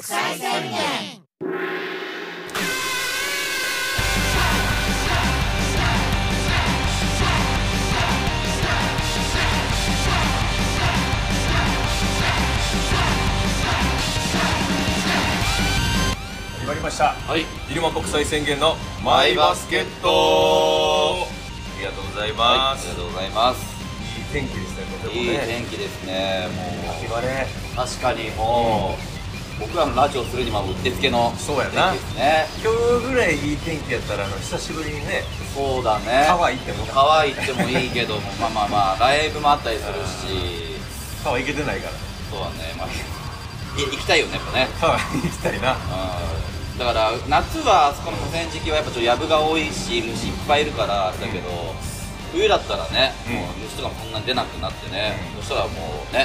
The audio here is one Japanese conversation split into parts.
際宣言。 決まりました。 はい。 入間国際宣言のマイバスケット。ありがとうございます。 ありがとうございます。 いい天気ですね。とてもいいね。 天気ですね。もう秋晴れ。 確かにもう、僕らのラジオするにはうってつけのそうやな天気ですね。 今日ぐらいいい天気やったら久しぶりにね、 そうだね。 川行っても川行ってもいいけども、まあライブもあったりするし、 川行けてないから。 そうだね。まあ行きたいよねやっぱね。 川行きたいな。 うん。だから夏はあそこの河川敷はやっぱちょっと藪が多いし虫いっぱいいるからあれだけど、冬だったらね、もう虫とかもそんなに出なくなってね、そしたらもうね、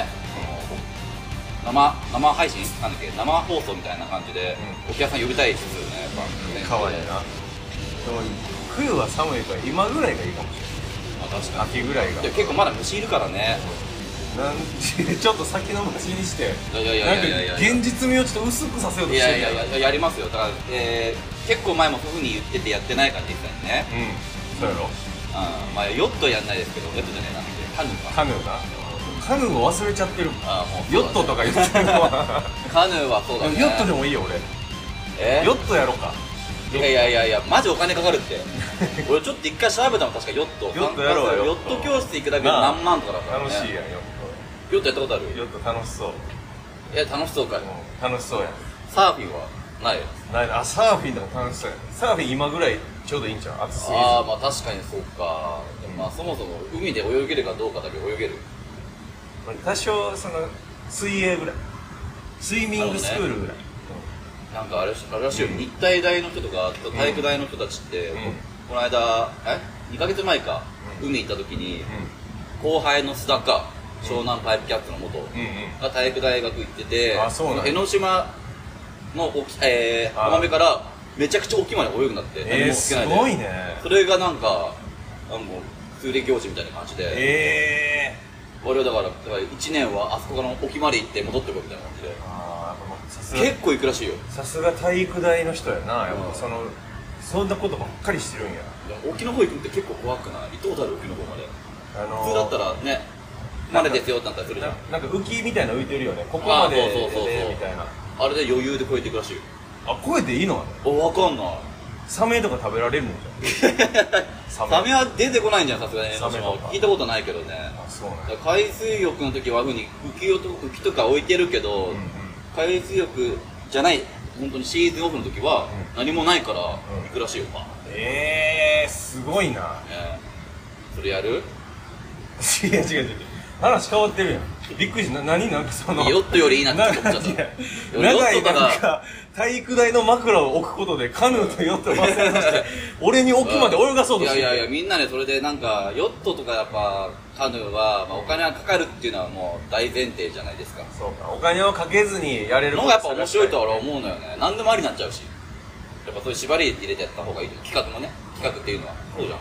生配信なんだっけ、生放送みたいな感じで、お客さん呼びたいですよね、やっぱ。 川にな。でも冬は寒いから今ぐらいがいいかもしれない。 まあ確かに。 秋ぐらいが。 で結構まだ虫いるからね。 ちょっと先延ばしにして、なんか現実味をちょっと薄くさせようとしてる。 いややりますよ。だから、結構前もそういうふうに言っててやってないから実際にね。 そうやろ。 まあヨットやんないですけど、ヨットじゃねえな、カヌーか。 カヌーな。カヌーを忘れちゃってる。 もうヨットとか言ってるのは。 カヌーはそうだね。 ヨットでもいいよ俺。ヨットやろうか。 いやマジお金かかるって俺ちょっと一回調べたの。確かヨットやろうよ。 ヨット教室行くだけで何万とかだからね。 楽しいやんヨットやったことある？ ヨット楽しそう。 いや楽しそうかい。 楽しそうやん。 サーフィンはないあ、サーフィンでも楽しそうやん。サーフィン今ぐらいちょうどいいんちゃう？暑すぎず。 まあ確かにそうか。まあそもそも海で泳げるかどうかだけ泳げる。 多少その水泳ぐらい、スイミングスクールぐらい。 なんかあれらしいよ、日体大の人とか体育大の人たちって、この間2ヶ月前か、海行った時に後輩の須田か湘南パイプキャッツの元が体育大学行ってて、江ノ島の浜辺からめちゃくちゃ沖まで泳ぐんだって。何もつけないで。 すごいね。 それがなんか通例行事みたいな感じで、俺はだから1年はあそこの沖まで行って戻ってこいみたいな感じで。結構行くらしいよ。さすが体育大の人やな。やっぱそんなことばっかりしてるんや。 沖の方行くって結構怖くない？行ったことある？沖の方まで。普通だったらね、までですよってなったりするじゃん。 なんか浮きみたいな浮いてるよね。ここまででみたいな。 あれで余裕で越えていくらしいよ。 越えていいの？ わかんない。 サメとか食べられるのじゃん。 サメは出てこないんじゃん、さすがに。聞いたことないけどね。海水浴の時はふうに浮きとか置いてるけど、海水浴じゃない、本当にシーズンオフの時は何もないから行くらしいよ。 すごいな。 それやる？ 違う話変わってるやん。びっくりした。なんかそのヨットよりいいなって思っちゃった。 長いなんか体育大の枕を置くことでカヌーとヨットを忘れさせて俺に沖まで泳がそうとしてる。 いやみんなね、それでなんかヨットとかやっぱカヌーはお金がかかるっていうのはもう大前提じゃないですか。 そうか、お金をかけずにやれるのがやっぱ面白いと俺は思うのよね。何でもありになっちゃうし、やっぱそういう縛り入れてやった方がいい。企画もね、企画っていうのはそうじゃん。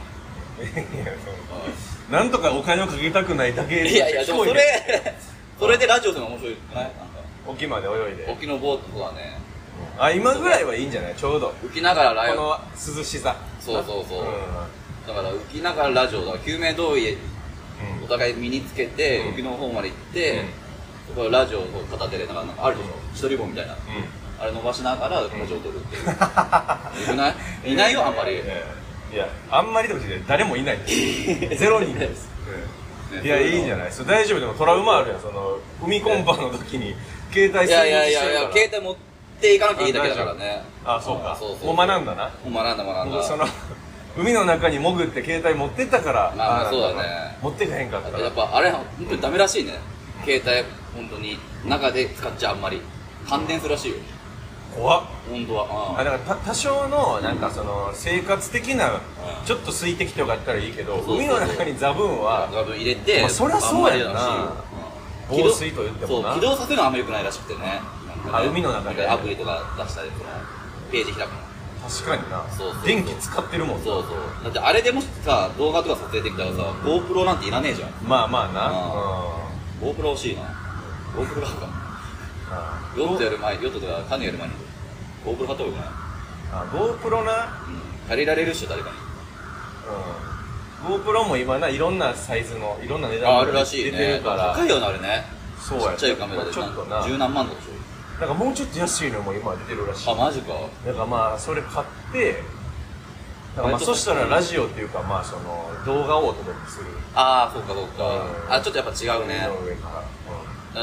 なんとかお金をかけたくないだけで。 いやでもそれでラジオするの面白いくない？なんか沖まで泳いで。 沖のボートはね。 今ぐらいはいいんじゃない？ちょうど浮きながらラジオ。 この涼しさ。 そう。だから浮きながらラジオだから救命胴衣お互い身につけて沖の方まで行って、そこラジオを片手でなんかあるでしょ、一人棒みたいな。あれ伸ばしながらラジオを撮るっていう。よくない？いないよあんまり。 いや、あんまりでも誰もいないです。0人です。いや、いいんじゃない？大丈夫。でもトラウマあるやん。海コンパの時に携帯いや携帯持っていかなきゃいいだけだからね。 そうか。もう学んだな。 もう学んだ。 海の中に潜って携帯持ってったから。 まあそうだね。 持ってかへんかったらやっぱあれ本当にダメらしいね。携帯本当に中で使っちゃあんまり感電するらしいよ。 怖っ。 本当は。 だから多少のなんか生活的なちょっと水滴とかあったらいいけど、海の中にザブンは入れて、 そりゃそうやな。防水と言ってもな。 起動させるのはあんまり良くないらしくてね。 海の中でアプリとか出したりページ開くの。 確かにな。電気使ってるもん。 そうだってあれでもしさ、動画とか撮影できたらさ、GoPro なんていらねえじゃん。 まあな。 GoPro 欲しいな。GoPro があるか。 ヨットやる前、ヨットとかカヌーやる前に GoPro 買った方がいいんじゃない？ GoPro な。 借りられるっしょ、誰かに。 GoPro も今ないろんなサイズのいろんな値段あるらしい出てね。 るから高いよな、あれね。 そうやちっちゃいカメラでちょっとな十何万とかでしょ。 なんかもうちょっと安いのも今出てるらしい。 あ、マジか。 だからまあそれ買ってだからまあそしたらラジオっていうかまあその動画をお届けする。 ああ、そうかそうか。あ、ちょっとやっぱ違うね。 上から、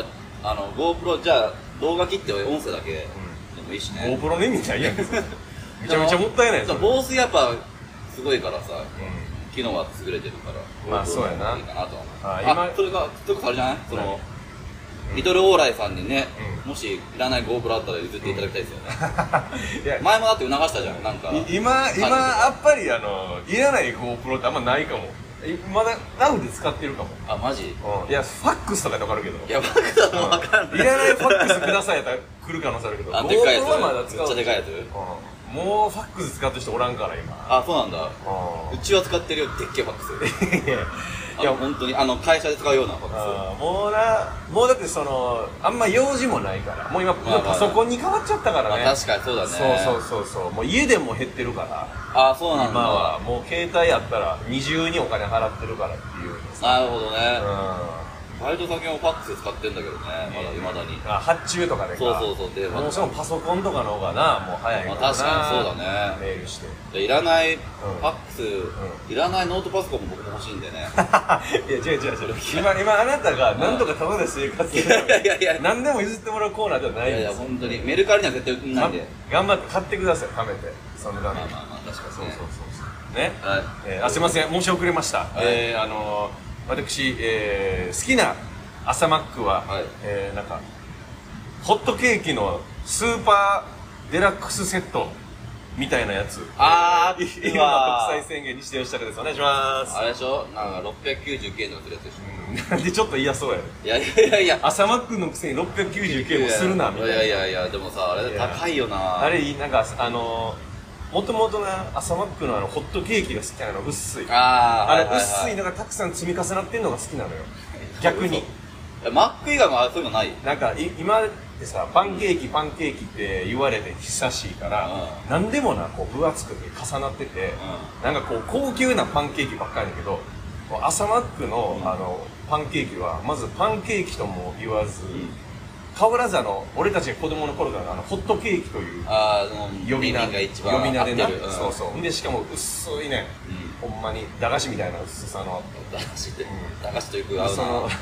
GoPro じゃあ動画切って音声だけでもいいしね。 GoPro の意味ないやんめちゃめちゃもったいない。 防水やっぱすごいからさ、機能は優れてるからまあそうやな。 いいかなと思う。 今それがそれこそあれじゃない？そのリトルオーライさんにね、もしいらない GoPro あったら譲っていただきたいですよね。前もだって促したじゃん、なんか今やっぱりいらない GoPro ってあんまないかも。まだダウで使ってるかも。 あ、マジ？ いやファックスとかでわかるけど、 いや、バカだと分かんない。 いらないファックスくださいやったら来る可能性あるけど、 あ、でっかいやつ、 GoPro はまだ使う。 めっちゃでかいやつ。 もうファックス使ってる人おらんから今。 あ、そうなんだ。うちは使ってるよ、でっけえファックス。いや、本当に会社で使うようなファックス。 もうだってあんま用事もないから、もう今パソコンに変わっちゃったからね。 確かにそうだね。 そうもう家でも減ってるから。 あ、そうなんだ。 今はもう携帯やったら二重にお金払ってるからっていう。 なるほどね。バイト先もファックス使ってんだけどね、まだ未だに。 発注とかでか。 そうで、 もうそのパソコンとかの方がな、もう早いからな。 確かにそうだね。 メールして。 いらないファックス、いらないノートパソコンも僕も欲しいんでね。 いや、違う。今あなたが何とかただで生活するいや何でも譲ってもらうコーナーではないんですよ。 いや、本当に。メルカリには絶対売んないんで。 頑張って買ってください、貯めて。そのために。 まあ、確かにね。 そう。ね。すいません、申し遅れました。私、好きな朝マックは、なんかホットケーキのスーパーデラックスセットみたいなやつ。 あー、 今の国際宣言にして吉高です。お願いします。 あれでしょ、なんか699円とかするやつでしょ。 なんでちょっと嫌そうやね。 いや朝マックのくせに699円もするなみたいな。 いやでもさ、あれ高いよな。 あれなんかもともとな、朝マックのホットケーキが好きなの、薄い。あれ薄いのがたくさん積み重なってんのが好きなのよ、逆に。 マック以外もそういうのない？ なんか今ってさ、パンケーキって言われて久しいから、何でもな、こう分厚くて重なってて、なんかこう高級なパンケーキばっかりだけど、朝マックのパンケーキはまずパンケーキとも言わず、変わらず俺たちが子供の頃からホットケーキという呼び名でな、そうでしかも薄いね、ほんまに駄菓子みたいな薄さの駄菓子というか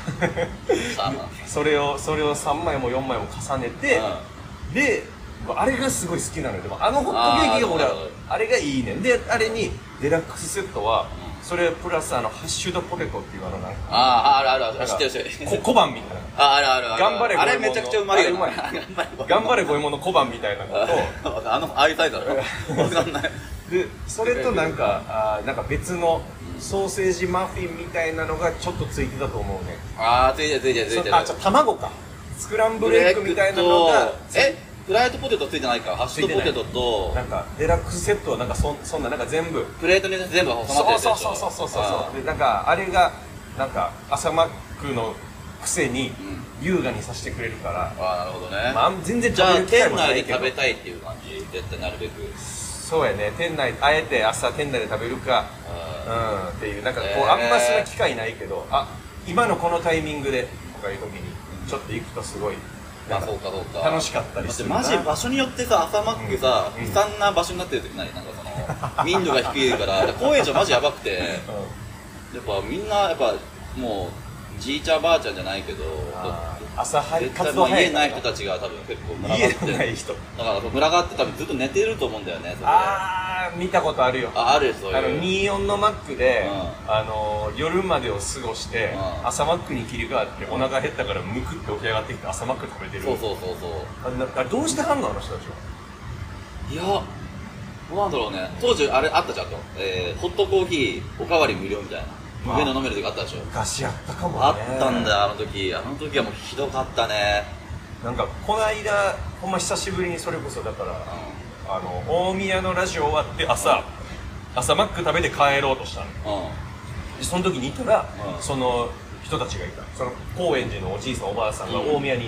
それを3枚も4枚も重ねて、であれがすごい好きなのよ。でもホットケーキが俺はあれがいいねんで、あれにデラックスセットはそれプラスハッシュドポテトっていうなんかある知ってる小判みたいな。 ある頑張れあれめちゃくちゃうまいよ。 頑張れ五右衛門の小判みたいなのとああいうサイズだろ分かんない。 でそれとなんか別のソーセージマフィンみたいなのがちょっとついてたと思うね。 ついてる。 卵かスクランブルエッグみたいなのがフライドポテトついてないか。ハッシュドポテトとなんかデラックスセットはなんかそんななんか全部プレートに全部収まってるでしょ。 そうでなんかあれがなんか朝マックのくせに優雅にさせてくれるから。 なるほどね。 全然じゃあ店内でけど食べたいっていう感じ。絶対なるべく。 そうやね、あえて朝店内で食べるかっていう、なんかこうあんまその機会ないけど、今のこのタイミングでとかいう時にちょっと行くとすごいそうか楽しかったりするな。 マジ場所によってさ、朝マックさ悲惨な場所になってる時ない？なんかその民度が低いから高円寺マジやばくて、やっぱみんなやっぱもうじいちゃんばあちゃんじゃないけど、 朝早い活動家ない人たちが多分結構群がって家ない人だから群がって多分ずっと寝てると思うんだよね。 見たことあるよ。 あるそういう 24のマックで夜までを過ごして朝マックに切り替わってお腹減ったからむくって起き上がってきて朝マック食べてる。 そうあれどうしてはんのあの人たちは。 いやどうなんだろうね。当時あれあったじゃんとホットコーヒーおかわり無料みたいな上の飲める時あったでしょ。 昔あったかもね。 あったんだよあの時はもうひどかったね。 なんかこの間ほんま久しぶりにそれこそだから大宮のラジオ終わって朝マック食べて帰ろうとしたの。でその時にいたらその人たちがいた。その高円寺のおじいさんおばあさんが大宮にいた。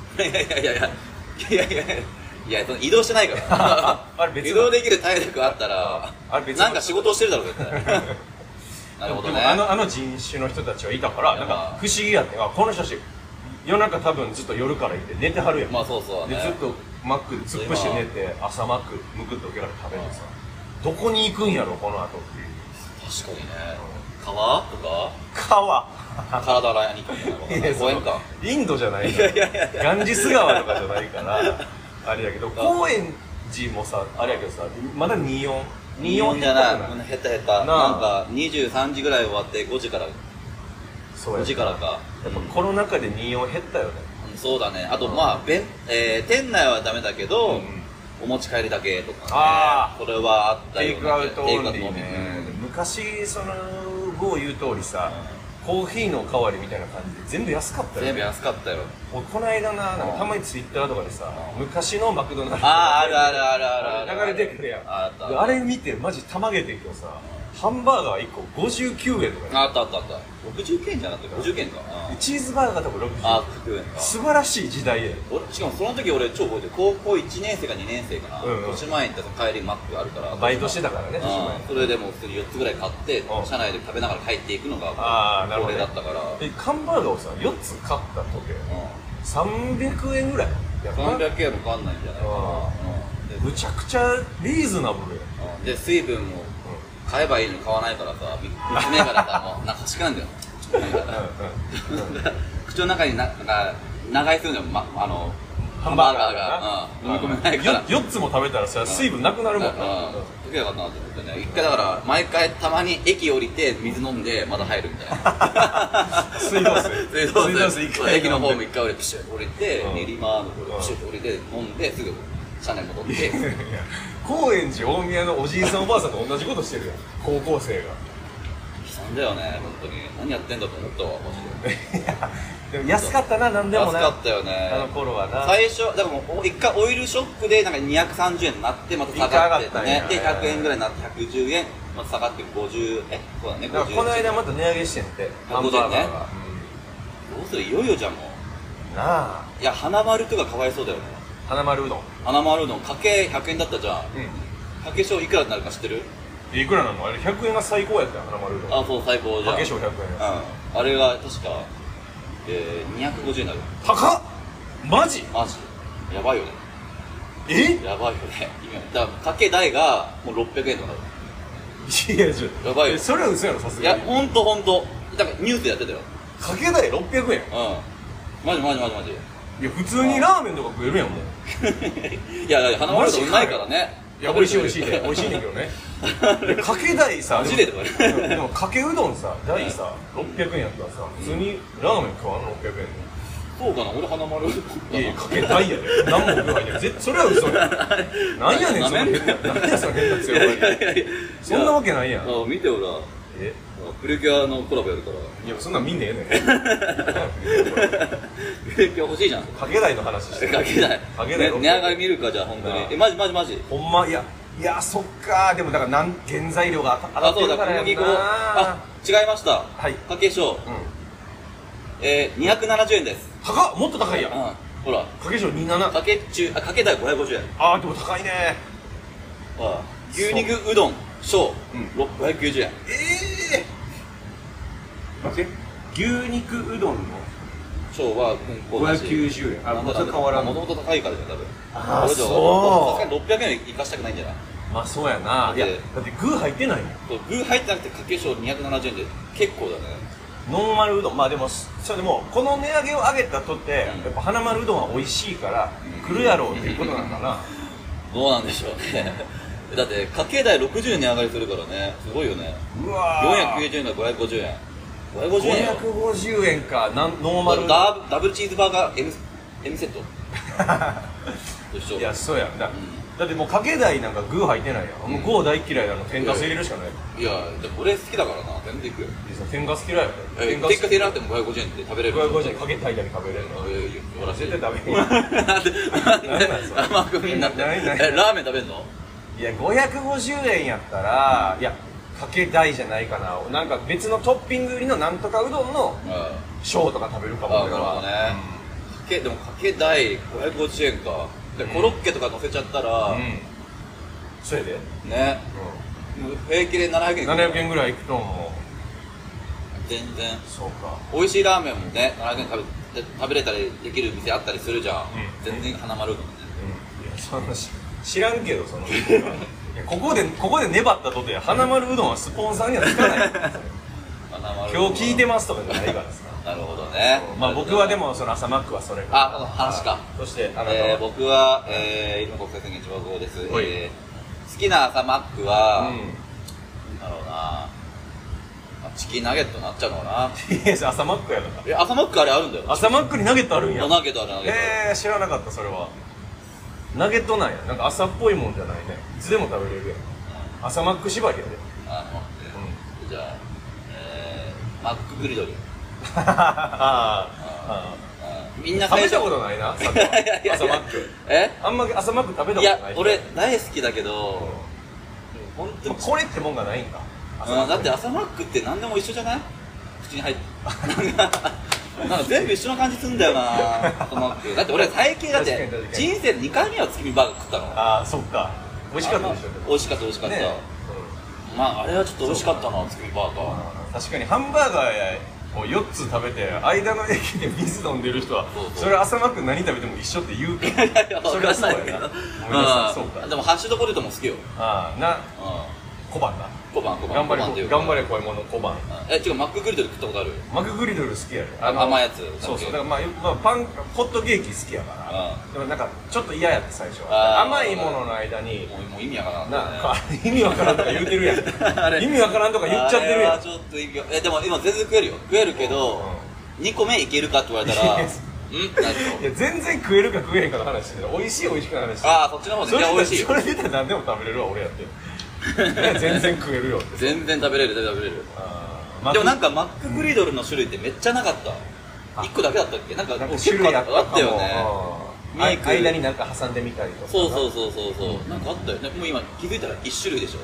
いやいやいやいやいやいやいや、その移動してないからあれ別移動できる体力あったらなんか仕事をしてるだろう絶対なるほどね。 あの人種の人たちはいたから、なんか不思議やって、この人たち夜中多分ずっと夜からいて寝てはるやん。 まあそうそうね。 でずっとマックで突っ伏して寝て、朝マックむくっと起きられて食べてさ、どこに行くんやろこの後っていう。 確かにね。川とか川体洗いに行くんじゃないかな。公園か。 インドじゃないからガンジス川とかじゃないからあれやけど、高円寺もさあれやけどさ、まだ24 じゃない、減ったなんか23時ぐらい終わって5時からそうや 5時からか。 やっぱコロナ禍で24減ったよね。 そうだね。あとまあ店内はダメだけどお持ち帰りだけとかね、これはあったよ。 テイクアウトオンリーね。昔その郷言う通りさ、コーヒーの代わりみたいな感じで全部安かったよね。 全部安かったよ。 この間なんかたまにツイッターとかでさ、昔のマクドナルドある流れてくるやん。 あれ見てマジたまげてんけどさ、ハンバーガー1個59円とか。 あった69円じゃなくて50円か。 チーズバーガーとか 60円か。 素晴らしい時代や。 しかもその時俺超覚えてる。高校1年生か2年生かな、豊島園って帰りマックがあるからバイトしてたからね。 それでもう普通に4つぐらい買って車内で食べながら帰っていくのがこれだったから。 ハンバーガーをさ4つ買った時300円ぐらい。 300円も変わんないんじゃないかな。 むちゃくちゃリーズナブルや。 で水分も買えばいいのに買わないからさ、娘からさ、もうなんか欲しくなんだよ。口の中に長居するのよ、ハンバーガーが飲み込めないから。 4つも食べたらさ、水分なくなるもんな。 溶けなかったなと思ってね。一回だから毎回たまに駅降りて水飲んでまた入るみたいな。 水道水 1回駅のホーム1回降りてピシュッと降りて、練馬のところピシュッと降りて飲んですぐ車内戻って。 高円寺大宮のおじいさんおばあさんと同じことしてるやん、高校生が。 悲惨だよね本当に。何やってんだと思ったわマジで。 でも安かったな、なんでもな。 安かったよねあの頃はな。 最初だからもう一回オイルショックでなんか230円になってまた下がってね、で100円ぐらいになって110円また下がって50そうだね。 だからこの間また値上げしてんってハンバーガーが。 どうする、いよいよじゃんもうなあ。 いや花丸とかかわいそうだよね。 花丸うどんかけ100円だったじゃん。かけしょういくらになるか知ってる？ いくらなの？あれ100円が最高やったよ、花丸うどん。 そう最高じゃん。 かけしょう100円。 あれが確か250円になる。 高っ！マジやばいよね。やばいよね。だからかけ代がもう600円とかなる。 いややばいよ。 それは嘘やろ、さすがに。 いやほんとだからニュースでやってたよ。 かけ代600円。 マジいや普通にラーメンとか食えるやんもう。 いや花丸うどんうまいからね。 いや美味しいねんけどね。かけ代さ、 マジでとかでもかけうどんさ代さ600円やったらさ、普通にラーメン食わんの600円で。 そうかな、俺花丸うどん。 いやかけ代やで。何も食わんやん。それは嘘や。なんやねんその変な強い。そんなわけないやん。 見てほら。プリキュアのコラボやるから。 いやそんなん見んねえねん。 プリキュア欲しいじゃん。 かけ代の話してる。 かけ代値上がり見るかじゃあ本当に。マジほんま。いやそっか。でもだから原材料が上がってるからやんな。 違いました。かけしょう270円です。 高っ！もっと高いやん。 ほらかけしょう27。かけ代550円。 でも高いね。 牛肉うどん小590円。 待って、牛肉うどんの小は 590円。もと変わらん。 もともと高いからじゃん多分。 そう。 さすがに600円生かしたくないんじゃない？ まあそうやな。いやだって具入ってないよ。 具入ってなくてかけ小270円で結構だね。 ノーマルうどん、まあでもそれでもこの値上げを上げたとってやっぱ花丸うどんは美味しいから来るやろうっていうことなんかな。 どうなんでしょうね。だってかけ代60円値上がりするからね。すごいよね。 うわ 490円が550円。550円よ。 550円か。ノーマルダブルチーズバーガー M セット。 いやそうやんだってもうかけ代なんか具入ってないやん。もう具大嫌いなの。天かす入れるしかない。 いやでも俺好きだからな。全然いくよ。 天かす嫌いやろ。 天かす入れなくても550円で食べれる。 550円かけ代だけ食べれるの。絶対食べへん。 甘くみんなってラーメン食べんの？ いや550円やったらいやかけ代じゃないかな。なんか別のトッピング入りのなんとかうどんの小とか食べるかも。 なるほどね。かでもかけ大550円かで、コロッケとか乗せちゃったら、 それでね、平気で700円 700円ぐらいいくと思う。 全然そうか。 美味しいラーメンもね700円食べれたりできる店あったりするじゃん、全然花丸うどんね。 いやそんな知らんけどその店は。ここで粘ったとて花丸うどんはスポンサーにはつかない今日聞いてますとかじゃないからさ。 なるほどね。 まあ僕はでもその朝マックはそれあ、話か。 そしてあなたは僕は今国際宣言千葉号です。好きな朝マックはなんだろうな、チキンナゲットになっちゃうのかな。 いや朝マックやから朝マックあれあるんだよ。 朝マックにナゲットあるんや。 ナゲットあるナゲット。 知らなかったそれは。ナゲットなんや。なんか朝っぽいもんじゃないね。いつでも食べれるやん。朝マック縛りやで。 じゃあマックグリドル。みんな食べたことないな。朝マック。あんま朝マック食べたことない。 いや俺大好きだけど本当にこれってもんがないんか。 だって朝マックって何でも一緒じゃない？口に入ってなんか全部一緒な感じすんだよな朝マック。だって俺最近だって人生で2回目は月見バーガー食ったの。 ああそっか。美味しかったでしょ。 美味しかったまああれはちょっと美味しかったな月見バーガー。 確かにハンバーガーを4つ食べて間の駅で水飲んでる人はそれ朝マック何食べても一緒って言うけど、それはそうやな。そうか。 でもハッシュドポテトも好きよ。 小判だ。 小判頑張れ怖いもの小判。 違う、マックグリドル食ったことある？ マックグリドル好きやで。 甘いやつ。 そうそう。だからまあホットケーキ好きやから。でもなんかちょっと嫌やって最初は。甘いものの間にもう意味わからん。 意味わからんとか言うてるやん。意味わからんとか言っちゃってるやん。 ちょっと意味でも今全然食えるよ。食えるけど2個目いけるかって言われたらいや全然食えるか食えへんかの話してる。美味しい美味しくない話してる。 そっちの方で。いや美味しいよ。 それで言ったら何でも食べれるわ俺やって。全然食えるよって。 全然食べれる。でもなんかマックグリドルの種類ってめっちゃなかった。1個だけだったっけ？なんか種類あったよね。 間になんか挟んでみたりとか。 そうなんかあったよね。もう今気づいたら1種類でしょ。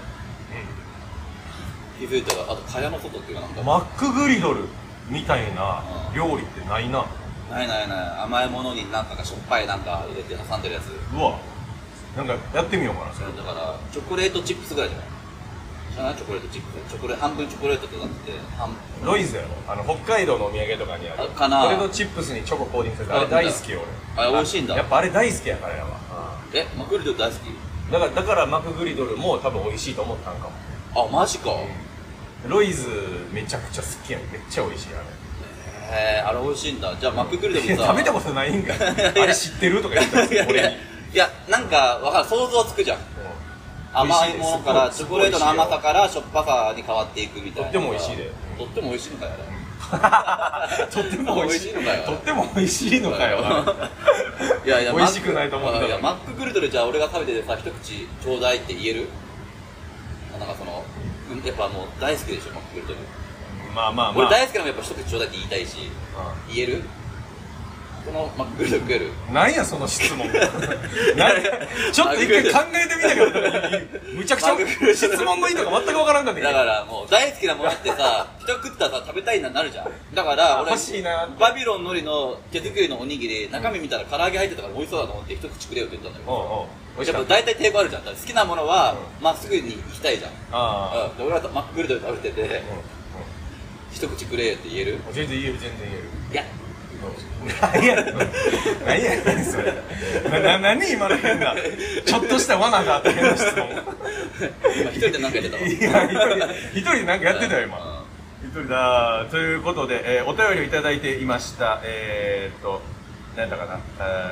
気づいたらあと蚊帳の外っていうかなんかマックグリドルみたいな料理ってないな。 ない甘いものになんかしょっぱいなんか入れて挟んでるやつ。 うわなんかやってみようかなそれ。 だからチョコレートチップスぐらいじゃない？知らない？チョコレートチップス、半分チョコレートってなっててロイズやろ。北海道のお土産とかにあるかな。 ポテトチップスにチョココーティングされてあれ大好きよ俺。美味しいんだ。 やっぱあれ大好きやからやわ。 マックグリドル大好き？ だからマックグリドルも多分美味しいと思ったんかも。 マジか。 ロイズめちゃくちゃ好きやん。めっちゃ美味しいあれ。 あれ美味しいんだ。じゃあマックグリドルさ食べたことないんかあれ知ってるとか言ったんですよ俺に。 いやなんか分かる、想像つくじゃん。甘いものからチョコレートの甘さからしょっぱさに変わっていくみたいな。 とっても美味しいで。 とっても美味しいのかよあれ。 とっても美味しいのかよ。とっても美味しいのかよ。 いや美味しくないと思うんだ。 マックグリドルじゃあ俺が食べててさ一口ちょうだいって言える？なんかそのやっぱもう大好きでしょマックグリドル。 まあ俺大好きなのもやっぱ一口ちょうだいって言いたいし、言える？このマックグリドル食える？ なんやその質問。ちょっと一回考えてみたけど、むちゃくちゃ質問の意図が全くわからんかったけど。 だからもう大好きなものってさ、人食ったらさ食べたいなるじゃん。だから俺欲しいな。 バビロンのりの手作りのおにぎり中身見たら唐揚げ入ってたから美味しそうだと思って一口くれよって言ったんだよ。やっぱ大体抵抗あるじゃん。好きなものはまっすぐに行きたいじゃん。俺はマックグリドル食べてて一口くれよって言える？ 全然言える。 いや何やそれ。何今の変なちょっとした罠があった変な質問。 今一人で何かやってたの？ いや一人で何かやってたよ今。一人だ。ということで、お便りをいただいていました。何だかな。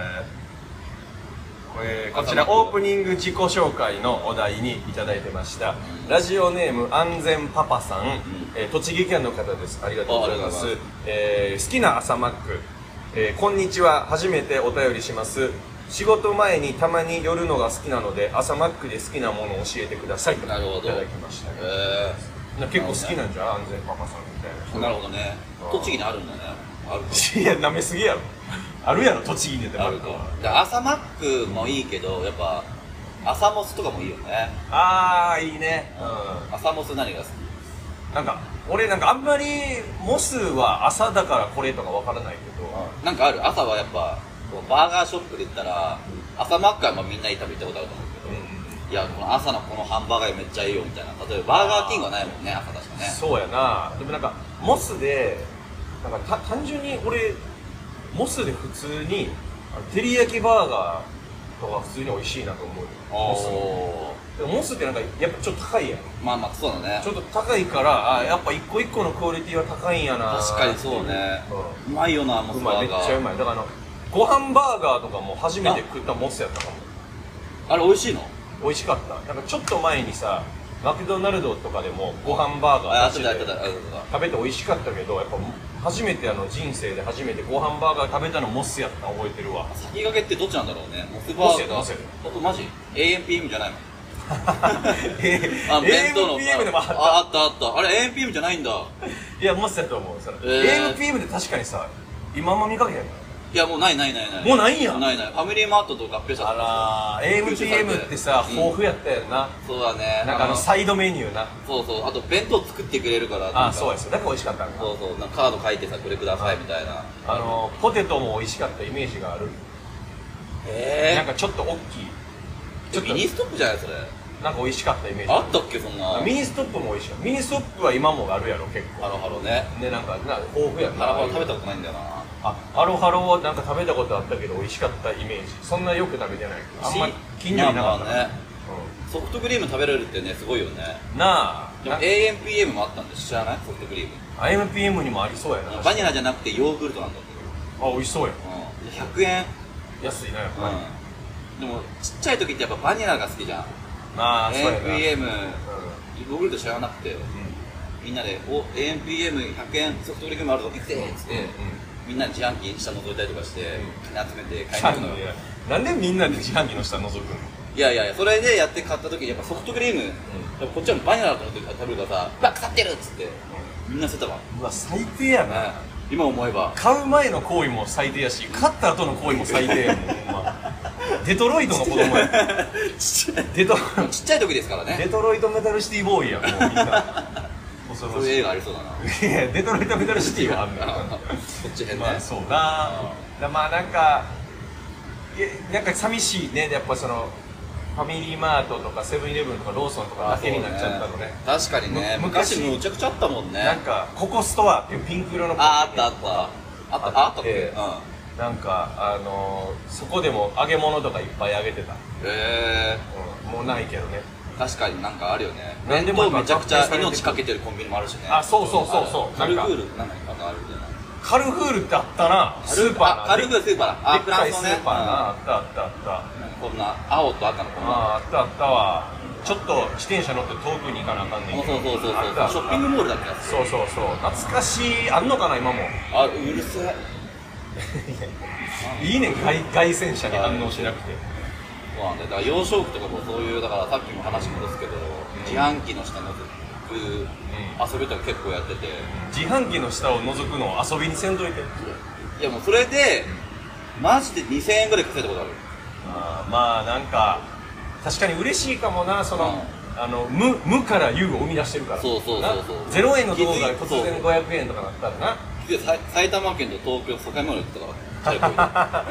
こちらオープニング自己紹介のお題にいただいてました。ラジオネーム安全パパさん、栃木県の方です。ありがとうございます。好きな朝マック、こんにちは、初めてお便りします。仕事前にたまに寄るのが好きなので朝マックで好きなものを教えてくださいといただきました。結構好きなんじゃ安全パパさんみたいな人。 なるほどね。栃木にあるんだね。あるか。 いやなめすぎやろ。あるやろ栃木にってマックは。朝マックもいいけどやっぱ朝モスとかもいいよね。 いいね。 朝モス何が好き？ なんか俺なんかあんまりモスは朝だからこれとかわからないけど、 なんかある朝はやっぱバーガーショップで言ったら朝マックはみんな食べたことあると思うけど、いやこの朝のこのハンバーガーめっちゃいいよみたいな。例えばバーガーキングはないもんね朝確かね。 そうやな。でもなんかモスでなんか単純に俺モスで普通に照り焼きバーガーとか普通に美味しいなと思うよ。モスでもモスってなんかやっぱちょっと高いやん。 まあまあそうだね。 ちょっと高いからやっぱ一個一個のクオリティは高いんやな。 確かにそうね、うまいよなモスバーガー。 めっちゃうまい。だからご飯バーガーとかも初めて食ったモスやったかも。 あれ美味しいの？ 美味しかった。なんかちょっと前にさマクドナルドとかでもご飯バーガー出して食べて美味しかったけど、やっぱ初めて人生で初めてご飯バーガー食べたのモスやったの覚えてるわ。 先駆けってどっちなんだろうね。モスバーガー。 モスやマジ AMPM じゃないの？ 弁当の AMPM でもあった。 あったあれ AMPM じゃないんだ。 いやモスやと思う。AMPM で確かにさ今も見かけへんの。 いやもうないもうないんや。 ないファミリーマートと合併した。 あら AMPM ってさ豊富やったよな。 そうだね。 なんかサイドメニューな。 そうあと弁当作ってくれるから。 あそうですよ。だから美味しかったんだ。 そうなんかカード書いてさこれくださいみたいな。 ポテトも美味しかったイメージがある。なんかちょっと大きいミニストップじゃないそれ。 なんか美味しかったイメージ。 あったっけそんな。 ミニストップも美味しい。ミニストップは今もあるやろ結構。 ハロハロね。 でなんか豊富やな。 ハロハロ食べたことないんだよな。 ハロハロはなんか食べたことあったけど美味しかったイメージ。そんなよく食べてないけどあんま近所になかったね。 ソフトクリーム食べれるってねすごいよね。 なあ。 でも AMPM もあったんで知らない？ソフトクリーム AMPM にもありそうやな。 バニラじゃなくてヨーグルトなんだって。 美味しそうや。 100円。 安いなやっぱり。でもちっちゃい時ってやっぱバニラが好きじゃん。AMPM ヨーグルト知らなくてみんなでAMPM100円ソフトクリームあるぞ行くぜっつってみんなで自販機下覗いたりとかして金集めて買いに行くのよ。 なんでみんなで自販機の下覗くの？ いやそれでやって買った時にやっぱソフトクリームこっちはバニラだと思って食べるからさうわ腐ってるっつってみんな捨てたわ。 うわ最低やな。 今思えば買う前の行為も最低やし買った後の行為も最低やもん。デトロイトの子供や。 ちっちゃい時ですからね。 デトロイトメタルシティボーイやもうみんな。 そういう映画ありそうだな。 いやデトロイトメタルシティはあんな。 こっち変ね。 そうな。まあなんか寂しいね。やっぱそのファミリーマートとかセブンイレブンとかローソンとかだけになっちゃったのね。 確かにね。昔むちゃくちゃあったもんね。 なんかココストアっていうピンク色のあったっけ。 なんかそこでも揚げ物とかいっぱい揚げてた。もうないけどね。 確かになんかあるよね。弁当めちゃくちゃ命かけてるコンビニもあるしね。 そうカルフールなんかあるじゃない。 カルフールってあったな。スーパーカルフールスーパーだ。 フランスね。スーパーな。あったこんな青と赤のこんな。 あったわ。ちょっと自転車乗って遠くに行かなあかんねんけど。 そうショッピングモールだったやつ。 そう懐かしい。あんのかな今も。 うるせえ。 いいね凱旋車に反応しなくて。 そうなんだよ。だから幼少期とかもそういうだからさっきも話戻すけど自販機の下の遊びとか結構やってて。 自販機の下を覗くのを遊びにせんといて。 いやもうそれでマジで2000円ぐらい稼いだことある。 まあなんか確かに嬉しいかもな。その無から有を生み出してるから。 そう 0円の動画が突然500円とかなったらな。 埼玉県と東京境目まで行ったから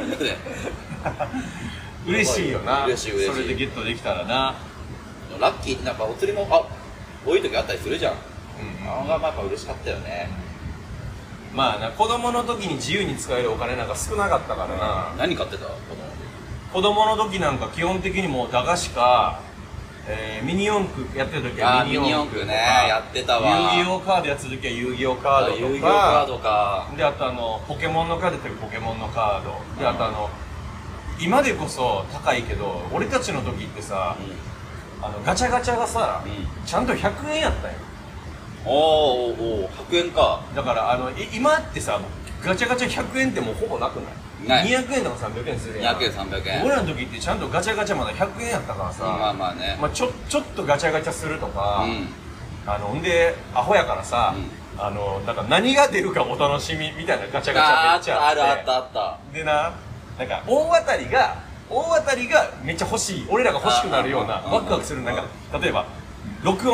嬉しいよな。 嬉しいそれでゲットできたらな。 ラッキー。なんかお釣りも多い時あったりするじゃん。あのがやっぱ嬉しかったよね。 まあな子供の時に自由に使えるお金なんか少なかったからな。 何買ってた？ 子供の時なんか基本的にもう駄菓子かミニ四駆やってる時はミニ四駆ねやってたわ。 遊戯王カードやってる時は遊戯王カードとか。 遊戯王カードか。 であとポケモンのカードやってるポケモンのカードであと今でこそ高いけど俺たちの時ってさガチャガチャがさちゃんと100円やったんよ。 100円か。 だから今ってさガチャガチャ100円ってもうほぼなくない？200円とか300円するやん。 200円300円。 俺らの時ってちゃんとガチャガチャまだ100円やったからさ。 まあね。 ちょっとガチャガチャするとかほんでアホやからさなんか何が出るかお楽しみみたいなガチャガチャめっちゃあって。 あったでなんか大当たりがめっちゃ欲しい俺らが欲しくなるようなワクワクするなんか例えば録音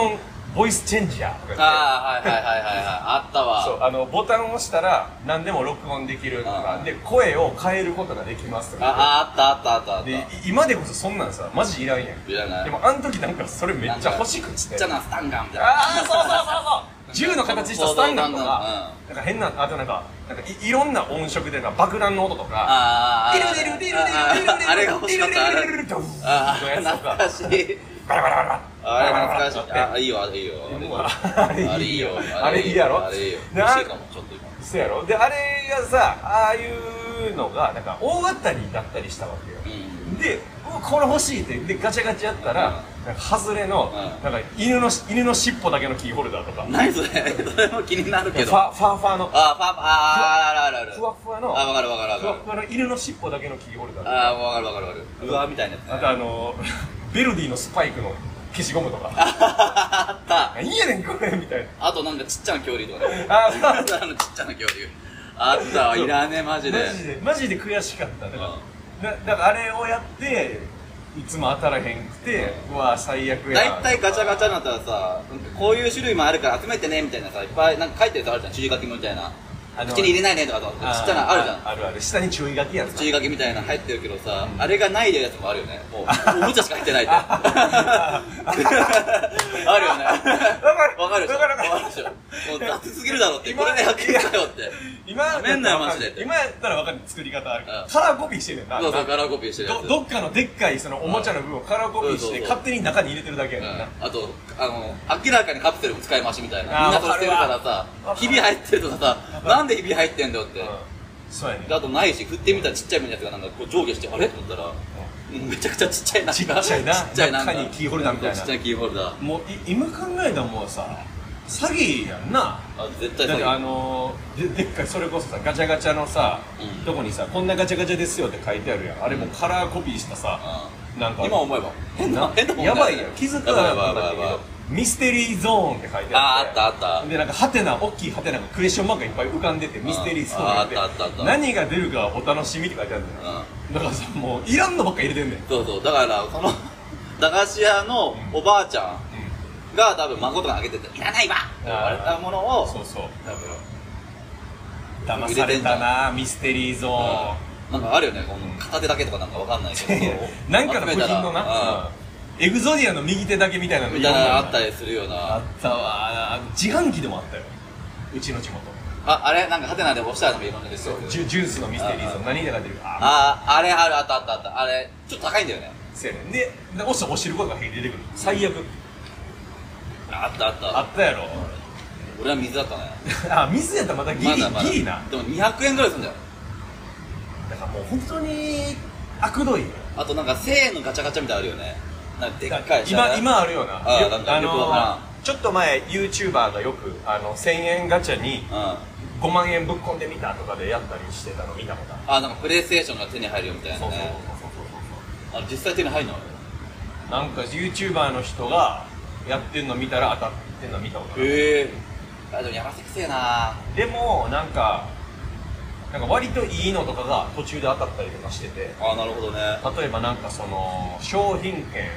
ボイスチェンジャーとか言って、 ああはいはいはいはいはいあったわ。 そうボタンを押したら何でも録音できるとかで声を変えることができますとかあったあったあったあった。 で今でこそそんなんさマジいらんやん。 いらない。 でもあの時なんかそれめっちゃ欲しくっつって、 ちっちゃなスタンガンみたいな。 ああそうそうそうそう銃の形したスタンガンとか、 うん、 なんか変なあとなんかいろんな音色で爆弾の音とかああれが欲しかった。 ああ懐かしい。 バラバラバラあれ懐かしい。あいいよあれいいよあれいいよあれいいやろ。 あれいいよ。欲しいかもちょっと今。 そうやろ。であれがさああいうのがなんか大当たりだったりしたわけよ。でこれ欲しいってでガチャガチャやったらなんか外れのなんか犬の尻尾だけのキーホルダーとか。 何それ。それも気になるけど。 ファーのあるふわふわのあ分かる分かる分かる。 ふわふわの犬の尻尾だけのキーホルダー。 あ分かる分かる分かる。うわみたいなやつ。 あとベルディのスパイクの消しゴムとか。 あった。 いいやねんこれみたいな。 あとなんかちっちゃな恐竜とかね。 あちっちゃな恐竜あったわ。いらねえマジでマジで悔しかった。だからあれをやっていつも当たらへんくて、うわ最悪や。 大体ガチャガチャになったらさこういう種類もあるから集めてねみたいなさいっぱいなんか書いてるやつあるじゃん。注意書きみたいな口に入れないねとかちっちゃなあるじゃん。 あるある下に注意書きやん。 注意書きみたいな入ってるけどさあれがないやつもあるよね。もうおもちゃしか入ってないってあるよね。わかるでしょ。わかるでしょ。もう雑すぎるだろってこれで100円かよって今やったら分かる作り方あるからカラーコピーしてるんだ。 そうそうカラーコピーしてるやつ。 どっかのでっかいそのおもちゃの部分をカラーコピーして勝手に中に入れてるだけやんな。 あと明らかにカプセルも使い回しみたいなみんなそうしてるからさひび入ってるとかさなんでひび入ってんだよって。 そうやね。 あとないし振ってみたらちっちゃい目のやつがなんかこう上下してあれと思ったらめちゃくちゃちっちゃいな。 ちっちゃいな中にキーホルダーみたいな。 ちっちゃいキーホルダー。 もう今考えたらもうさ詐欺やんな。 絶対詐欺。 でっかいそれこそさガチャガチャのさとこにさこんなガチャガチャですよって書いてあるやん。あれもカラーコピーしたさなんか今思えば変なやばいやん。気づかなかったけどミステリーゾーンって書いてあってあったでなんかハテナ大きいハテナがクエスチョンマークがいっぱい浮かんでてミステリーゾーンって何が出るかお楽しみって書いてあるんだよ。だからさもういらんのばっか入れてんねん。 そうそうだからその駄菓子屋のおばあちゃんが多分孫とかにあげてていらないわって言われたものをそうそう多分騙されたなミステリーゾーン。 なんかあるよねこの片手だけとかなんかわかんないけどなんかの部品のなエグゾディアの右手だけみたいなのみたいなあったりするような。 あったわ。自販機でもあったようちの地元。 あれなんかハテナで押したらのもいろんなですよ。 ジュースのミステリーゾーン何でか出るか。 あれあるあったあれちょっと高いんだよね。 そうやね。で押したら押してることが出てくる。最悪あったやろ。 俺は水だったね。 あ水やったらまたギリな。 でも200円ぐらいするんだよ。 だからもう本当に悪どいよ。 あとなんか1000円のガチャガチャみたいなのあるよね。なんかでっかい今あるよな。 あちょっと前 YouTuber がよく1000円ガチャに5万円ぶっ込んでみたとかでやったりしてたの見たことある。 なんかプレイステーションが手に入るよみたいなね。実際手に入るの？ なんか YouTuber の人がやってんの見たら当たってんの見たことある。 でもやらせくせえな。 でもなんか割といいのとかが途中で当たったりとかしてて。 なるほどね。 例えばなんかその商品券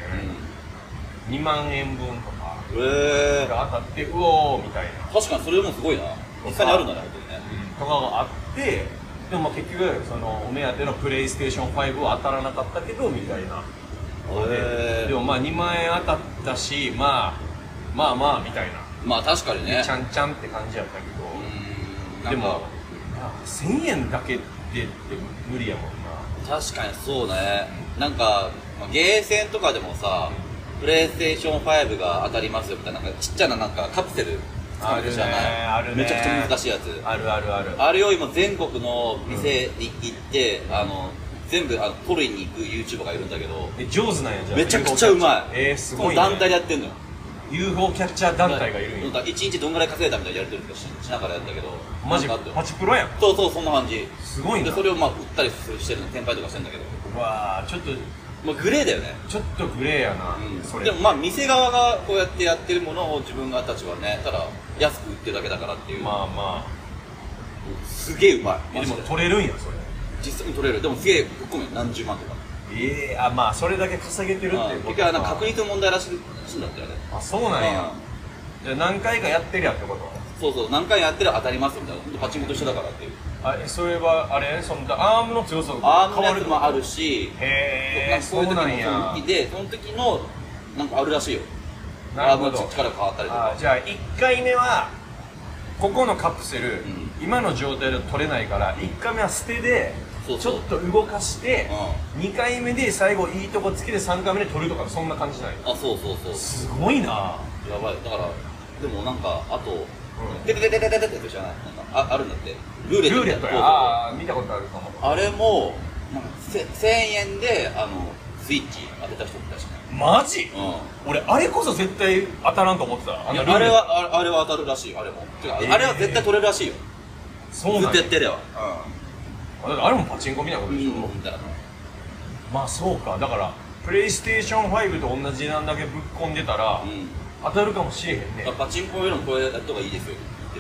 2万円分とかが当たってうおーみたいな。 確かにそれもすごいな。実際にあるんだねとかがあってでも結局そのお目当てのプレイステーション5は当たらなかったけどみたいな。でもまあ2万円当たったしまあみたいな。 まあ確かにねちゃんちゃんって感じやったけどでも1000円だけでって無理やもんな。 確かにそうね。なんかゲーセンとかでもさプレイステーション5が当たりますよみたいなちっちゃななんかカプセルあるねあるね。 めちゃくちゃ難しいやつあるあれよりも全国の店に行って全部取りに行く YouTuber がいるんだけど上手なんや。じゃあめちゃくちゃうまい。 すごいね。 団体でやってんのよ。 UFO キャッチャー団体がいるんや。 1日どんぐらい稼いだみたいなやり取りとかしながらやったけどマジパチプロやん。 そうそんな感じ。 すごいな。 でそれを売ったりしてるの転売とかしてんだけどうわちょっとグレーだよね。 ちょっとグレーやな、それ。 でも店側がこうやってやってるものを自分たちはねただ安く売ってるだけだからっていう。すげえうまい。 でも取れるんやそれ。 実際に取れる。でもすげえ含む何十万とか。 まあそれだけ稼げてるっていうこと結局確率の問題らしいんだったよね。 そうなんや。 じゃあ何回かやってるやってこと？ そうそう、何回やってる当たりますみたいな、パチンコと一緒だからっていう。 それはあれそのアームの強さアーム変わるのやつもあるし、 へえ、 そういう時もそので、その時のなんかあるらしいよ。アームの力が変わったりとか。 じゃあ1回目はここのカプセル、今の状態で取れないから1回目は捨てでちょっと動かして2回目で最後いいとこつけて3回目で取るとかそんな感じじゃない？ あ、そうそうそう。 すごいな。 やばい。だからでもなんかあとテテテテテテテテじゃない、なんかあるんだって。ルーレット。 ルーレットや。ああ、見たことあるかも。 あれもなんか1000円でスイッチ当てた人もいたしね。 マジ？俺あれこそ絶対当たらんと思ってた。 あれは当たるらしいよ。あれも。あれは絶対取れるらしいよ。 そうなんや。 ずっとやってるよ。 あれもパチンコみたいなことでしょ。まあそうか。だからプレイステーション5と同じ値段だけぶっ込んでたら当たるかもしれへんね。 パチンコよりもこれやった方がいいですよ。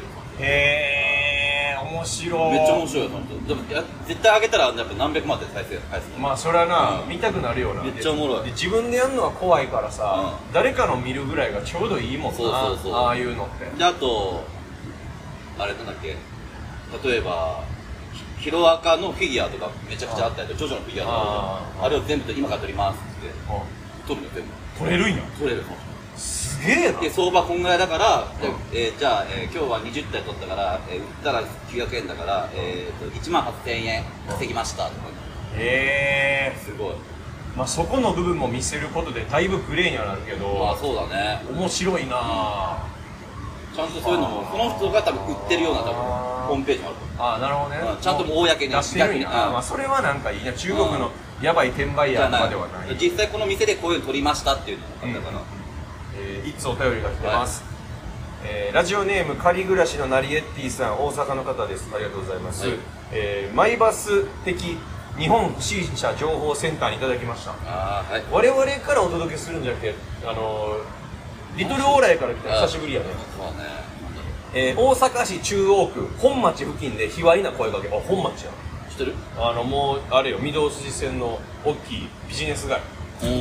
へえ、面白い。 めっちゃ面白いよ、本当。でも絶対上げたらやっぱ何百万で再生回数。 まあそれはな、見たくなるよな。 めっちゃおもろい。 で自分でやるのは怖いからさ、誰かの見るぐらいがちょうどいいもんな。 そうそうそう。 ああいうのって。 であとあれなんだっけ、例えばヒロアカのフィギュアとかめちゃくちゃあったりとか、ジョジョのフィギュアとかあれを全部今から撮りますって撮るの全部。 撮れるんや。 撮れる。 すげえな。 で相場こんぐらいだから、じゃあ、今日は20体取ったから、売ったら900円だから、1万8000円稼ぎましたとか。 へえ、 すごい。 まあそこの部分も見せることでだいぶプレーにはなるけど、 まあそうだね、 面白いな。 ちゃんとそういうのもその人が多分売ってるような多分ホームページもある。 ああ、なるほどね。 ちゃんともう公に出してるんや。まあそれはなんかいいな。中国のやばい転売ヤーとかではない。 実際この店でこういうの取りましたっていうのがあったから。 いつお便りが来てます。ラジオネーム仮暮らしのナリエッティさん、大阪の方です。ありがとうございます。マイバス的日本不審者情報センターにいただきました。我々からお届けするんじゃなくて、リトルオーライから来た。久しぶりやね。大阪市中央区本町付近で卑猥な声かけ。あ、本町やん。 知ってる？ もうあれよ、御堂筋線の大きいビジネス街。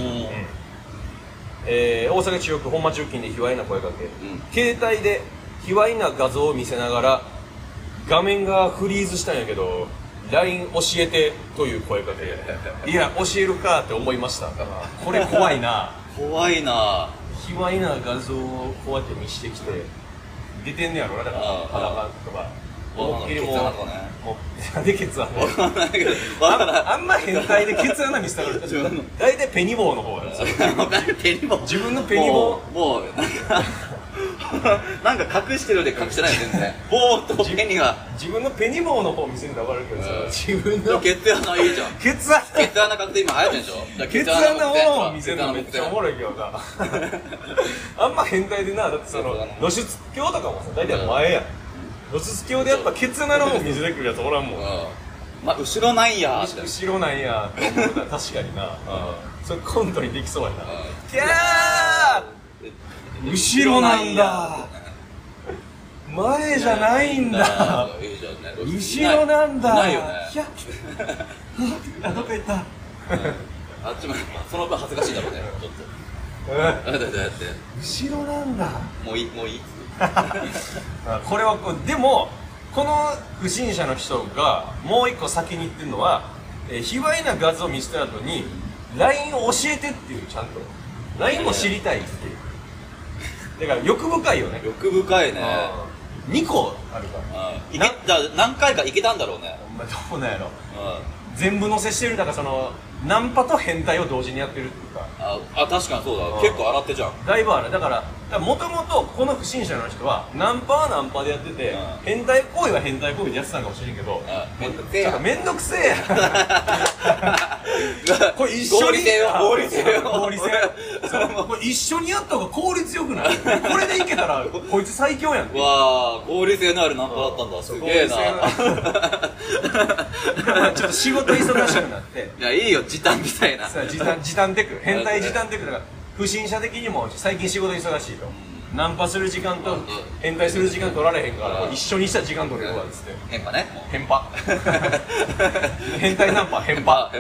大阪中央区本町付近で卑猥な声かけ、携帯で卑猥な画像を見せながら画面がフリーズしたんやけど LINE 教えてという声かけ。いや教えるかって思いました。これ怖いな。 怖いな。 卑猥な画像をこうやって見してきて出てんねやろな。だから裸とか思いっきりもうなんでケツ穴あんま変態でケツ穴見せたから大体ペニボーの方やろ。自分のペニボーもうなんか隠してるで隠してない全然。ボーとペニは自分のペニボーの方見せると分かるけどさ、自分のケツ穴いいじゃん。ケツ穴確定今流行ってんでしょ。 ケツ穴を見せるのめっちゃおもろいけどな。あんま変態でな。だってその露出鏡とかもさ大体前やん。露出鏡でやっぱケツ穴の方見せてくるやつおらんもん。 まあ後ろなんやって。 後ろなんやって思ったら確かにな。それコントにできそうやな。キャー、後ろなんだ。前じゃないんだ。後ろなんだ。 ないよね。 あ、どっか行った。 あっちもその分恥ずかしいだろうね。ちょっと。 後ろなんだ。 もういい。 これはでもこの不審者の人がもう一個先に言ってるのは、卑猥な画像を見せた後に LINE を教えてっていう、ちゃんと LINE も知りたいっていう。だから欲深いよね。 欲深いね。 2個あるから。 何回か行けたんだろうね。 どうなんやろ。全部載せしてる。だからそのナンパと変態を同時にやってるっていうか。 確かにそうだ。結構洗ってじゃん。 だいぶある。だからもともとこの不審者の人はナンパはナンパでやってて、変態行為は変態行為でやってたんかもしれんけど、めんどくせえや。これ一緒に合理性これ一緒にやった方が効率よくない？これでいけたらこいつ最強やん。 わあ、合理性のあるナンパだったんだ。すげえな。 ちょっと仕事忙しくなって。 いや、いいよ、時短みたいな。 時短テク、変態時短テクだから、不審者的にも最近仕事忙しいと。ナンパする時間と変態する時間取られへんから一緒にしたら時間取れるわっつって。 変パね。 変パ。変態ナンパ変パ。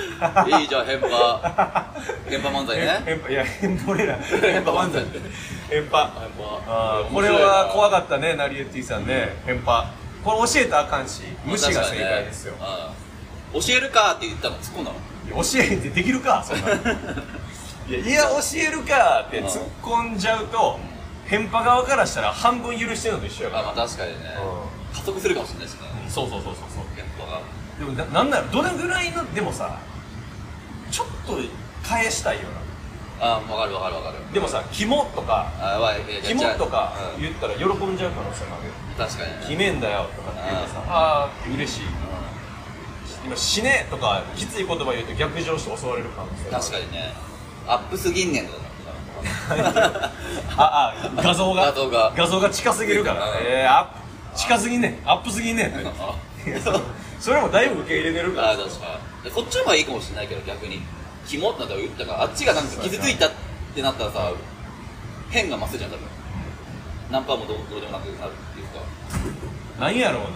いいじゃん変パ。変パ漫才ね。 いや俺ら変パ漫才。 変波。これは怖かったね、ナリエッティさんね。変波。これ教えたらあかんし、無視が正解ですよ。 教えるかって言ったの突っ込んだの。 教えてできるか、そんな。いや教えるかって突っ込んじゃうと、変波側からしたら半分許してるのと一緒やから。 まあ確かにね。加速するかもしれないしね。 そう。変波が。でもなんならどれぐらいのでもさ、ちょっと返したいよな。 わかる。 でもさ、肝とか肝とかうん言ったら喜んじゃう可能性もあるよ。 確かにね。 決めんだよとかって言うとさ、ああ嬉しい。今死ねとかきつい言葉言うと逆上して襲われる可能性がある。 確かにね。アップス銀年とか画像が近すぎるから近すぎんねん、アップすぎんねんそれもだいぶ受け入れてるから。 確かに。こっちの方がいいかもしれないけど、逆にキモってなったら言ったからあっちがなんか傷ついたってなったらさ、変が増すじゃん多分。ナンパもどうでもなくなるっていうか。 なんやろう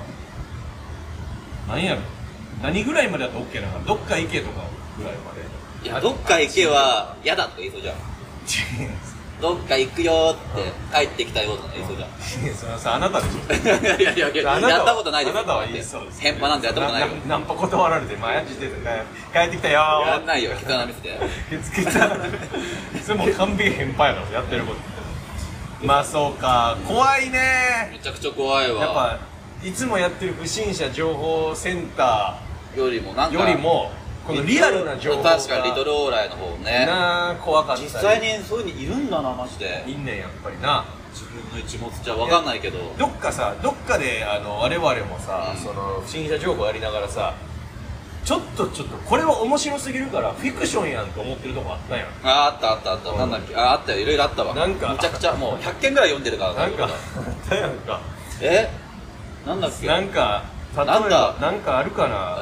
な、なんやろ、何ぐらいまでだと OK なのか、どっか行けとかぐらいまで。 いや、どっか行けは嫌だとか言いそうじゃん。どっか行くよって帰ってきたよとか言いそうじゃん。 それはさ、あなたでしょ。 いややったことないですよ。 あなたは言いそうです。 変波なんてやったことないよ。 ナンパ断られてマジで帰ってきたよー。 やんないよ、汚な見せて。 それもう完璧変波やからやってること。まあそうか、怖いね。 めちゃくちゃ怖いわ。 やっぱいつもやってる不審者情報センターよりもなんかよりもこのリアルな情報が確かにリトルオーライの方ねなあ怖かったり。 実際にそういうのいるんだなマジで。 いんねんやっぱりな。 自分の一物じゃ分かんないけど、 どっかで我々もさ、その不審者情報やりながらさ、ちょっとこれは面白すぎるからフィクションやんと思ってるとこあったやん。 あったなんだっけ、あったよ、いろいろあったわ。 なんかめちゃくちゃもう100件ぐらい読んでるからなんかあったやんか。 なんだっけ、 なんか例えばなんかあるかな。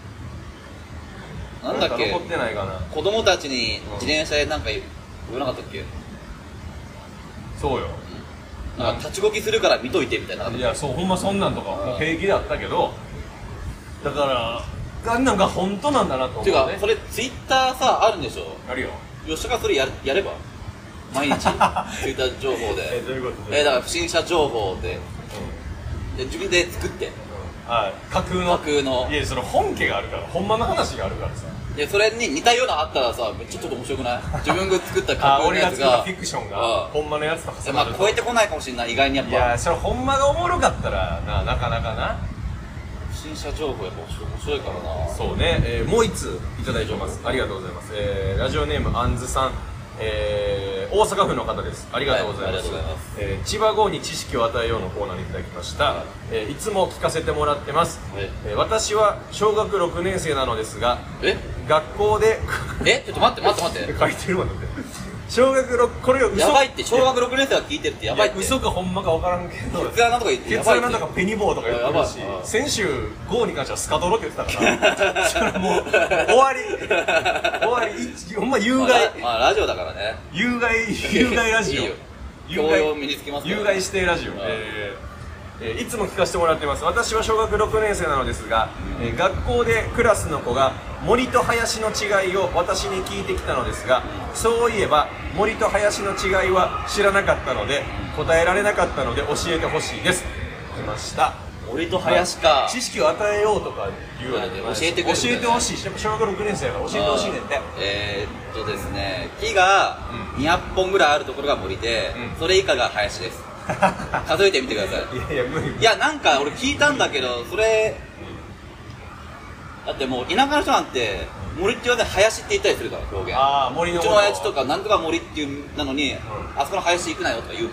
なんだっけ、 残ってないかな。 子供たちに自転車でなんか言わなかったっけ。 そうよ、 なんか立ちこぎするから見といてみたいな。 いやそう、ほんまそんなんとかもう平気であったけど、だからあんなんが本当なんだなと思うね。 ていうかそれツイッターさあるんでしょ。 あるよ。 吉田がそれやれば毎日ツイッター情報でどういうこと？ だから不審者情報で自分で作って、 架空の。いやそれ本家があるから、ほんまの話があるからさ。 でそれに似たようなのあったらさ、めっちゃちょっと面白くない？自分が作った架空の俺がやつが作ったフィクションがほんまのやつと重なると。 超えてこないかもしれない、意外にやっぱ。 いやそれほんまがおもろかったらなかなかな。 不審者情報やっぱ面白いからな。 そうね、もう一通いただいております。ありがとうございます。ラジオネームあんずさん、大阪府の方です。ありがとうございます。千葉号に知識を与えようのコーナーにいただきました。いつも聞かせてもらってます。私は小学6年生なのですが、学校でちょっと待って書いてるわ。だって小学6、これが嘘やばいって、小学6年生が聞いてるってやばいって。 嘘かほんまか分からんけど、 ケツ穴とか言ってやばいって。 ケツ穴とかペニボーとか言ってるし、先週号に関してはスカドロって言ってたからそれもう終わりほんま有害、 まあラジオだからね。 有害ラジオ、 いいよ、教養身につきますから。 有害指定ラジオ、いつも聞かせてもらってます。私は小学6年生なのですが、学校でクラスの子が森と林の違いを私に聞いてきたのですが、そういえば森と林の違いは知らなかったので答えられなかったので教えてほしいです。来ました。 森と林か。 知識を与えようとか言うわけで、 教えてくれる、 教えてほしい。やっぱ小学6年生やから教えてほしいねんて。 ですね、木が200本ぐらいあるところが森で、それ以下が林です。数えてみてください。 いや無理。 いやなんか俺聞いたんだけど、それだってもう田舎の人なんて森って言わずに林って言ったりするから、表現。 森のうちの親父とかなんとか森っていうなのに、あそこの林行くなよとか言うから。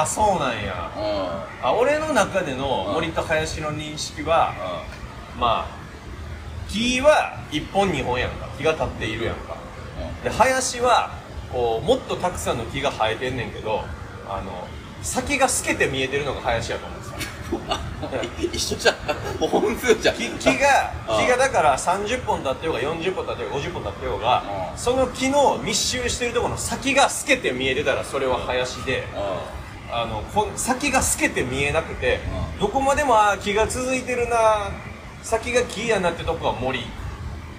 そうなんや。俺の中での森と林の認識は、まあ木は1本2本やんか、木が立っているやんか。で林はこうもっとたくさんの木が生えてんねんけど、先が透けて見えてるのが林やと思うんですよ一緒じゃん、もう本数じゃん。 木がだから30本立ってようが40本立ってようが50本立ってようが、その木の密集してるところの先が透けて見えてたらそれは林で、先が透けて見えなくて、どこまでも木が続いてるな、先が木やなってとこは森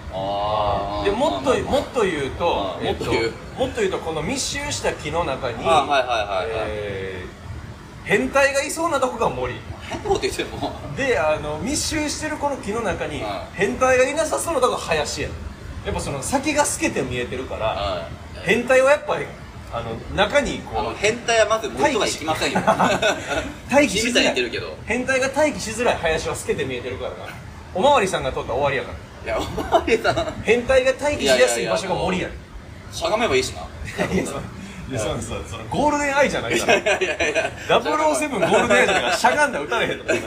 でもっと言うともっと言うこの密集した木の中にはい変態がいそうなとこが森変なこと言ってるもんで密集してるこの木の中に変態がいなさそうなとこが林やねん。やっぱその先が透けて見えてるから変態はやっぱり中にこう変態はまず森とか行きませんよ待機しづらい言ってるけど変態が待機しづらい林は透けて見えてるからな。おまわりさんが通ったら終わりやから。 いやおまわりさん変態が待機しやすい場所が森やねん。 しゃがめばいいしな。 いやそのゴールデンアイじゃないから007ゴールデンアイじゃないからしゃがんだら撃たれへんとか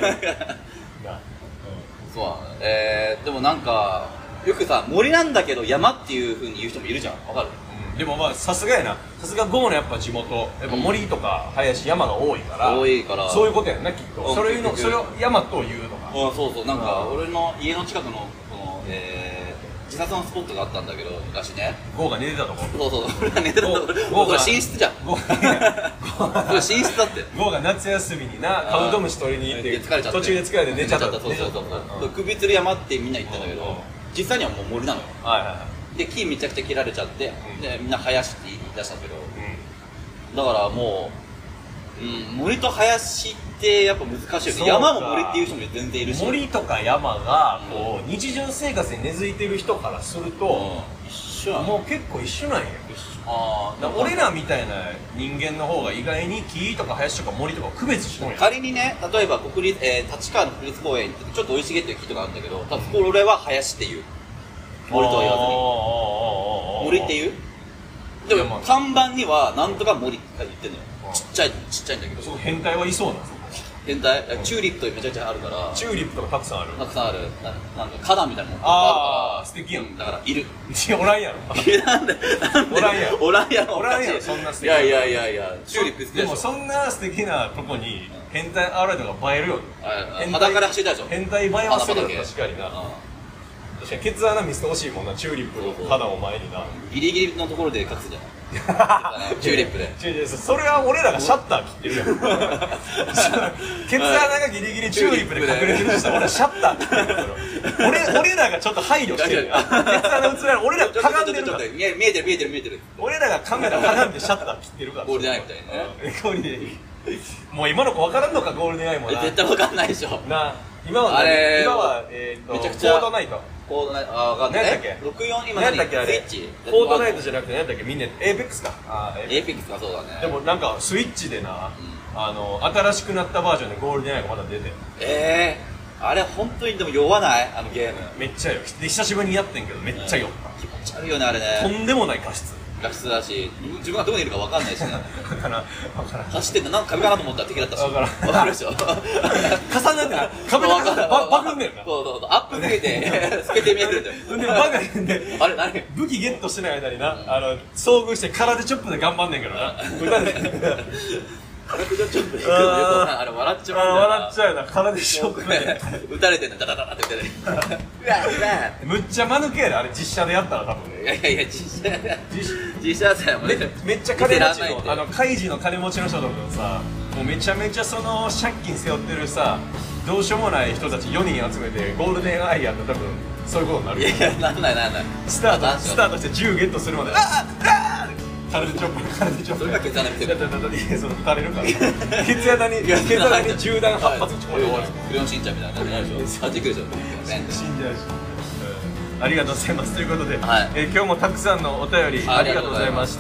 そうでもなんかよくさ森なんだけど山っていう風に言う人もいるじゃん。わかる？ でもまあさすがやな。さすがゴーのやっぱ地元やっぱ森とか林山が多いからそういうことやんなきっと。それを山というのがそうなんか俺の家の近くのこの自殺のスポットがあったんだけど昔ね。 ゴーが寝てたとこ。 そう俺が寝てたとこ。ゴーが寝室じゃん。これ寝室だって。 ゴーが夏休みになカブトムシ取りに行って途中で疲れて寝ちゃった。 そう首吊り山ってみんな言ってんだけど実際にはもう森なのよ。で木めちゃくちゃ切られちゃってでみんな林って言い出したけどだからもう森と林ってやっぱ難しいよね。山も森っていう人も全然いるし森とか山がこう日常生活に根付いてる人からすると一緒やもう結構一緒なんや。俺らみたいな人間の方が意外に木とか林とか森とか区別しとんや。 仮にね例えば立川の国立公園ってちょっと生い茂ってる木とかあるんだけど多分俺は林っていう森とは言わずに森っていうでも看板にはなんとか森って言ってんのよ。ちっちゃいんだけどそこ変態はいそうなんですよ。 変態チューリップとめちゃくちゃあるからチューリップとかたくさんあるなんか花壇みたいなのもある素敵やん。 だからいるおらんやろおらんやろそんな素敵いやチューリップ好きでしょ。 でもそんな素敵なとこに変態現れたのが映えるよ。 裸で走りたいでしょ。 変態映えはするよ。確かにな。確かにケツ穴見せてほしいもんな。チューリップの花を前になギリギリのところで隠すじゃないチューリップでそれは俺らがシャッター切ってるやんケツ穴がギリギリチューリップで隠れてるとしたら俺らシャッター切ってる俺らがちょっと配慮してるやん。ケツ穴映らない俺らがかがんでるから見えてる俺らがカメラかがんでシャッター切ってるからゴールデンアイみたいなね。 ゴールデンアイもう今の子分からんのかゴールデンアイもな絶対分かんないでしょな。今はめちゃくちゃフォートナイト分かんない。 何やったっけ 64今何やったっけあれスイッチフォートナイトじゃなくて何やったっけみんなエーペックスかエーペックスかそうだね。 でもなんかスイッチでな新しくなったバージョンでゴールデンアイがまだ出てあれ本当にでも酔わないあのゲームめっちゃよで久しぶりにやってんけどめっちゃ酔った気持ち悪いよねあれね。 とんでもない画質だし自分がどこにいるか分かんないしね分からん走ってんのなんか壁かなと思ったら敵だったし分からん分かるでしょ重なってない壁の重なってバグんねんな。 そうアップつけて透けて見えるんだよでバグであれ何武器ゲットしてない間にな遭遇して空手チョップで頑張んねんけどな歌で空手チョップで行くのよくあれ笑っちゃうんだよな。 笑っちゃうな空手チョップで撃たれてんのダダダダって言ってねむっちゃ間抜けやであれ実写でやったら多分いや実写だよめっちゃ金持ちのカイジの金持ちの人とかさもうめちゃめちゃその借金背負ってるさどうしようもない人たち4人集めてゴールデンアイやったら多分そういうことになる。 いやなんないスタートして銃ゲットするまで空手チョップそれがケツ穴見てるその撃たれるからケツ穴に銃弾8発撃ち込んで終わる。 クレヨンしんちゃんみたいなね弾くでしょ死んじゃうしありがとうございますということで今日もたくさんのお便りありがとうございました。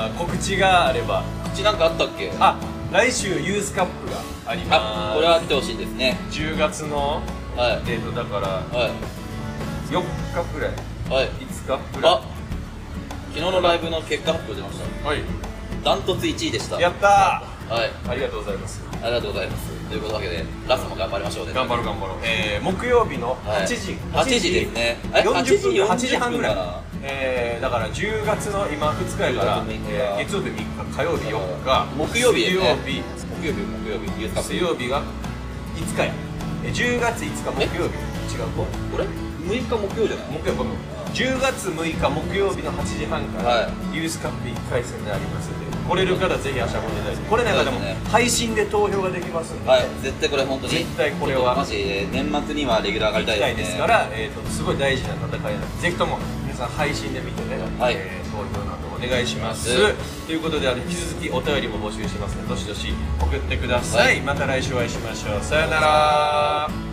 告知があれば告知なんかあったっけ。 来週ユースカップがあります。 これは来てほしいですね。 10月のだから4日くらい5日くらい昨日のライブの結果発表出ました。はいダントツ1位でした。 やったー。はいありがとうございます。 ありがとうございますということでラストも頑張りましょうね。 頑張ろう木曜日の8時ですね。 8時半ぐらいだから10月の今2日やから月曜日3日火曜日4日木曜日水曜日ユースカップ水曜日が5日や10月5日木曜日違うこれ 6日木曜じゃない？ 木曜日、10月6日木曜日の8時半から、 はユースカップ1回戦でありますので、来れる方ぜひ足運んでいただいて、これなんかでも配信で投票ができますんで、 はい、絶対これ本当に絶対これはマジ年末にはレギュラー上がりたいですね。 から、すごい大事な戦いなので、ぜひとも皆さん配信で見てね、 はい投票などお願いします。ということで、引き続きお便りも募集しますので、どしどし送ってください。また来週お会いしましょう。さよなら。